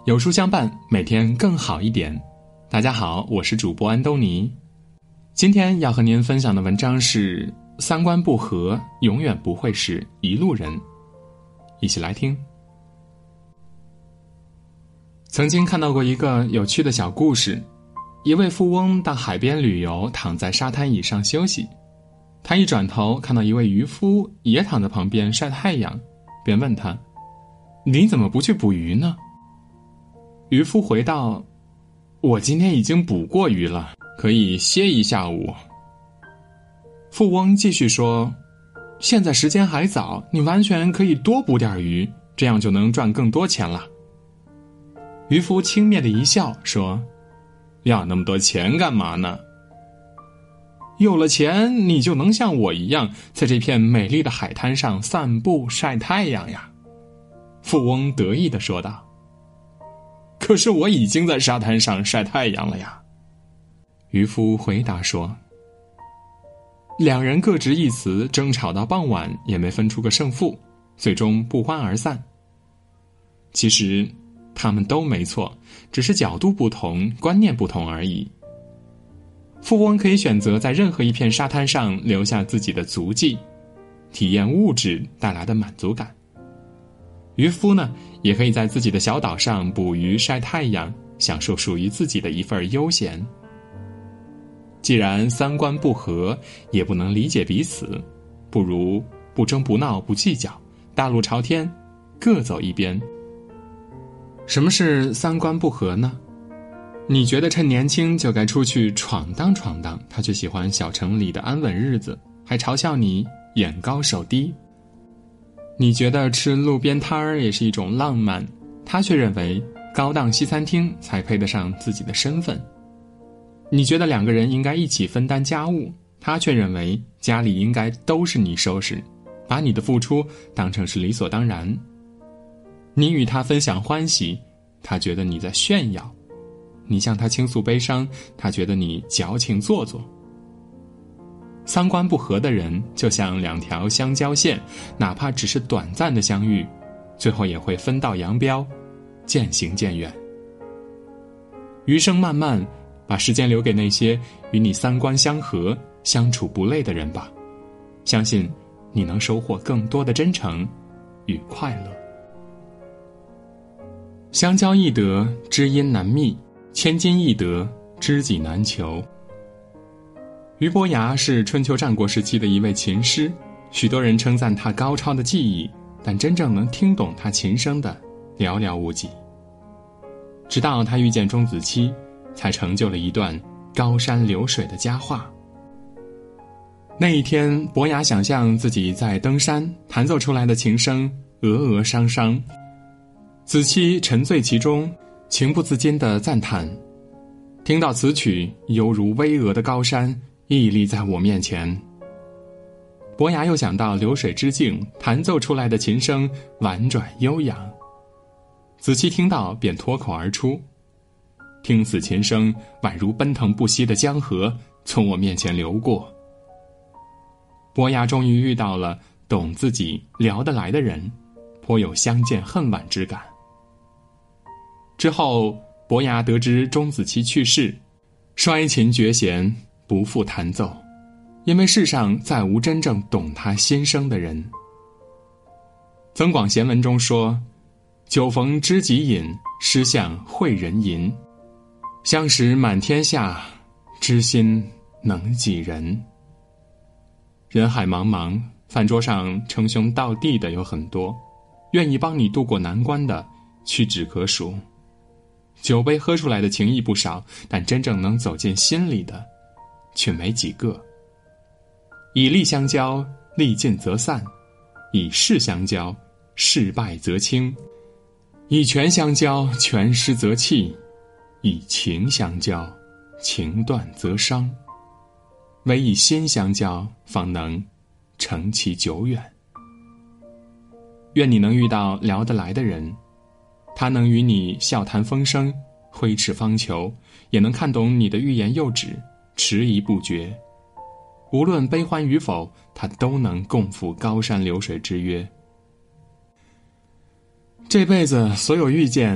有书相伴，每天更好一点。大家好，我是主播安东尼。今天要和您分享的文章是三观不合永远不会是一路人。一起来听。曾经看到过一个有趣的小故事，一位富翁到海边旅游，躺在沙滩椅上休息。他一转头看到一位渔夫也躺在旁边晒太阳，便问他：你怎么不去捕鱼呢？渔夫回道：我今天已经捕过鱼了，可以歇一下午。富翁继续说：现在时间还早，你完全可以多捕点鱼，这样就能赚更多钱了。渔夫轻蔑地一笑说：要那么多钱干嘛呢？有了钱，你就能像我一样，在这片美丽的海滩上散步晒太阳呀。富翁得意地说道。可是我已经在沙滩上晒太阳了呀。渔夫回答说。两人各执一词，争吵到傍晚也没分出个胜负，最终不欢而散。其实他们都没错，只是角度不同，观念不同而已。富翁可以选择在任何一片沙滩上留下自己的足迹，体验物质带来的满足感。渔夫呢，也可以在自己的小岛上捕鱼晒太阳，享受属于自己的一份悠闲。既然三观不合，也不能理解彼此，不如不争不闹不计较，大路朝天，各走一边。什么是三观不合呢？你觉得趁年轻就该出去闯荡闯荡，他却喜欢小城里的安稳日子，还嘲笑你眼高手低。你觉得吃路边摊儿也是一种浪漫，他却认为高档西餐厅才配得上自己的身份。你觉得两个人应该一起分担家务，他却认为家里应该都是你收拾，把你的付出当成是理所当然。你与他分享欢喜，他觉得你在炫耀；你向他倾诉悲伤，他觉得你矫情做作。三观不合的人就像两条相交线，哪怕只是短暂的相遇，最后也会分道扬镳，渐行渐远。余生漫漫，把时间留给那些与你三观相合、相处不累的人吧，相信你能收获更多的真诚与快乐。相交易得，知音难觅；千金易得，知己难求。俞伯牙是春秋战国时期的一位琴师，许多人称赞他高超的技艺，但真正能听懂他琴声的寥寥无几。直到他遇见钟子期，才成就了一段高山流水的佳话。那一天，伯牙想象自己在登山，弹奏出来的琴声峨峨伤伤。子期沉醉其中，情不自禁地赞叹：听到此曲，犹如巍峨的高山屹立在我面前。伯牙又想到流水之境，弹奏出来的琴声婉转悠扬。子期听到便脱口而出：听此琴声，宛如奔腾不息的江河从我面前流过。伯牙终于遇到了懂自己聊得来的人，颇有相见恨晚之感。之后伯牙得知钟子期去世，衰琴绝弦，不复弹奏，因为世上再无真正懂他心声的人。增广贤文中说：酒逢知己饮，诗向会人吟。相识满天下，知心能几人。人海茫茫，饭桌上称兄道弟的有很多，愿意帮你渡过难关的屈指可数。酒杯喝出来的情谊不少，但真正能走进心里的却没几个。以利相交，利尽则散；以势相交，势败则轻；以权相交，权失则弃；以情相交，情断则伤。唯以心相交，方能成其久远。愿你能遇到聊得来的人，他能与你笑谈风生，挥斥方遒，也能看懂你的欲言又止，迟疑不决。无论悲欢与否，他都能共赴高山流水之约。这辈子所有遇见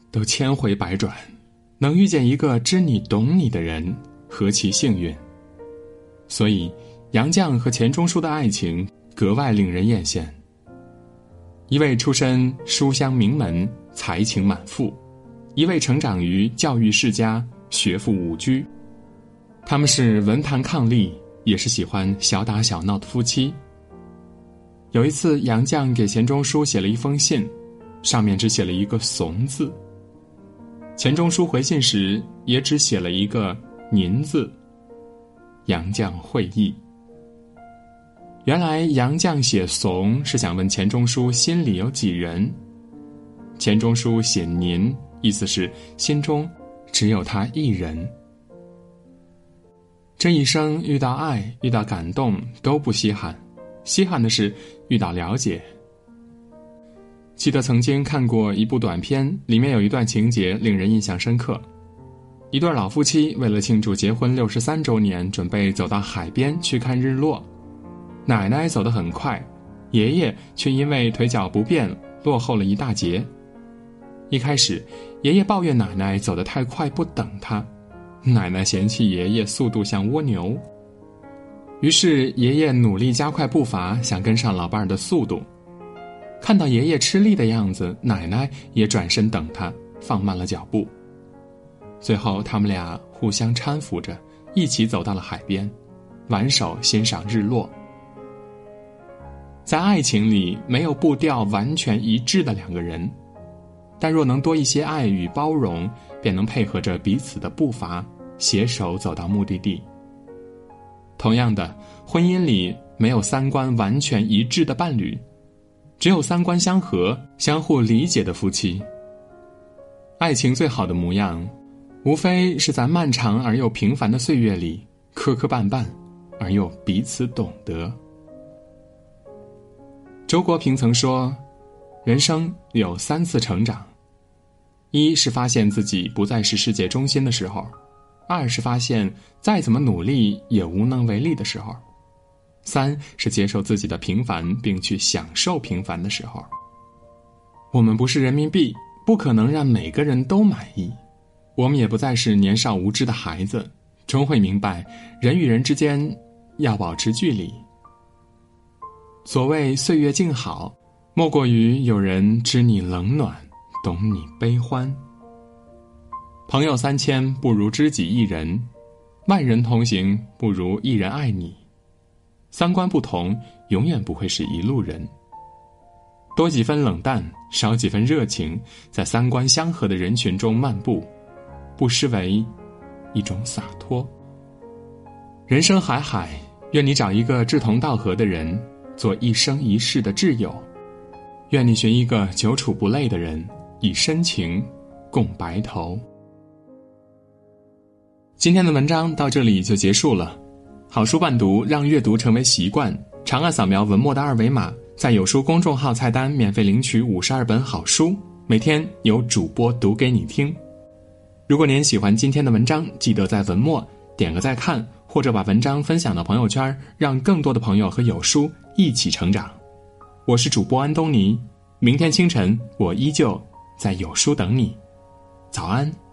都千回百转，能遇见一个知你懂你的人，何其幸运。所以杨绛和钱钟书的爱情格外令人艳羡。一位出身书香名门，才情满腹，一位成长于教育世家，学富五车。他们是文坛伉俪，也是喜欢小打小闹的夫妻。有一次，杨绛给钱钟书写了一封信，上面只写了一个怂字。钱钟书回信时也只写了一个您字。杨绛会意。原来杨绛写怂是想问钱钟书心里有几人，钱钟书写您，意思是心中只有他一人。这一生遇到爱，遇到感动都不稀罕，稀罕的是遇到了解。记得曾经看过一部短片，里面有一段情节令人印象深刻。一对老夫妻为了庆祝结婚63周年，准备走到海边去看日落。奶奶走得很快，爷爷却因为腿脚不便落后了一大截。一开始，爷爷抱怨奶奶走得太快不等他，奶奶嫌弃爷爷速度像蜗牛。于是爷爷努力加快步伐，想跟上老伴儿的速度。看到爷爷吃力的样子，奶奶也转身等他，放慢了脚步。最后他们俩互相搀扶着，一起走到了海边，挽手欣赏日落。在爱情里，没有步调完全一致的两个人，但若能多一些爱与包容，便能配合着彼此的步伐，携手走到目的地。同样的，婚姻里没有三观完全一致的伴侣，只有三观相合、相互理解的夫妻。爱情最好的模样，无非是在漫长而又平凡的岁月里，磕磕绊绊，而又彼此懂得。周国平曾说，人生有3次成长，一是发现自己不再是世界中心的时候，2是发现再怎么努力也无能为力的时候，3是接受自己的平凡并去享受平凡的时候。我们不是人民币，不可能让每个人都满意，我们也不再是年少无知的孩子，终会明白人与人之间要保持距离。所谓岁月静好，莫过于有人知你冷暖，懂你悲欢。朋友3000不如知己一人，万人同行不如一人爱你。三观不同，永远不会是一路人。多几分冷淡，少几分热情，在三观相合的人群中漫步，不失为一种洒脱。人生海海，愿你找一个志同道合的人，做一生一世的挚友。愿你寻一个久处不累的人，以深情共白头。今天的文章到这里就结束了。好书伴读，让阅读成为习惯。长按扫描文末的2维码，在有书公众号菜单免费领取52本好书，每天有主播读给你听。如果您喜欢今天的文章，记得在文末点个再看，或者把文章分享到朋友圈，让更多的朋友和有书一起成长。我是主播安东尼，明天清晨我依旧在有书等你。早安。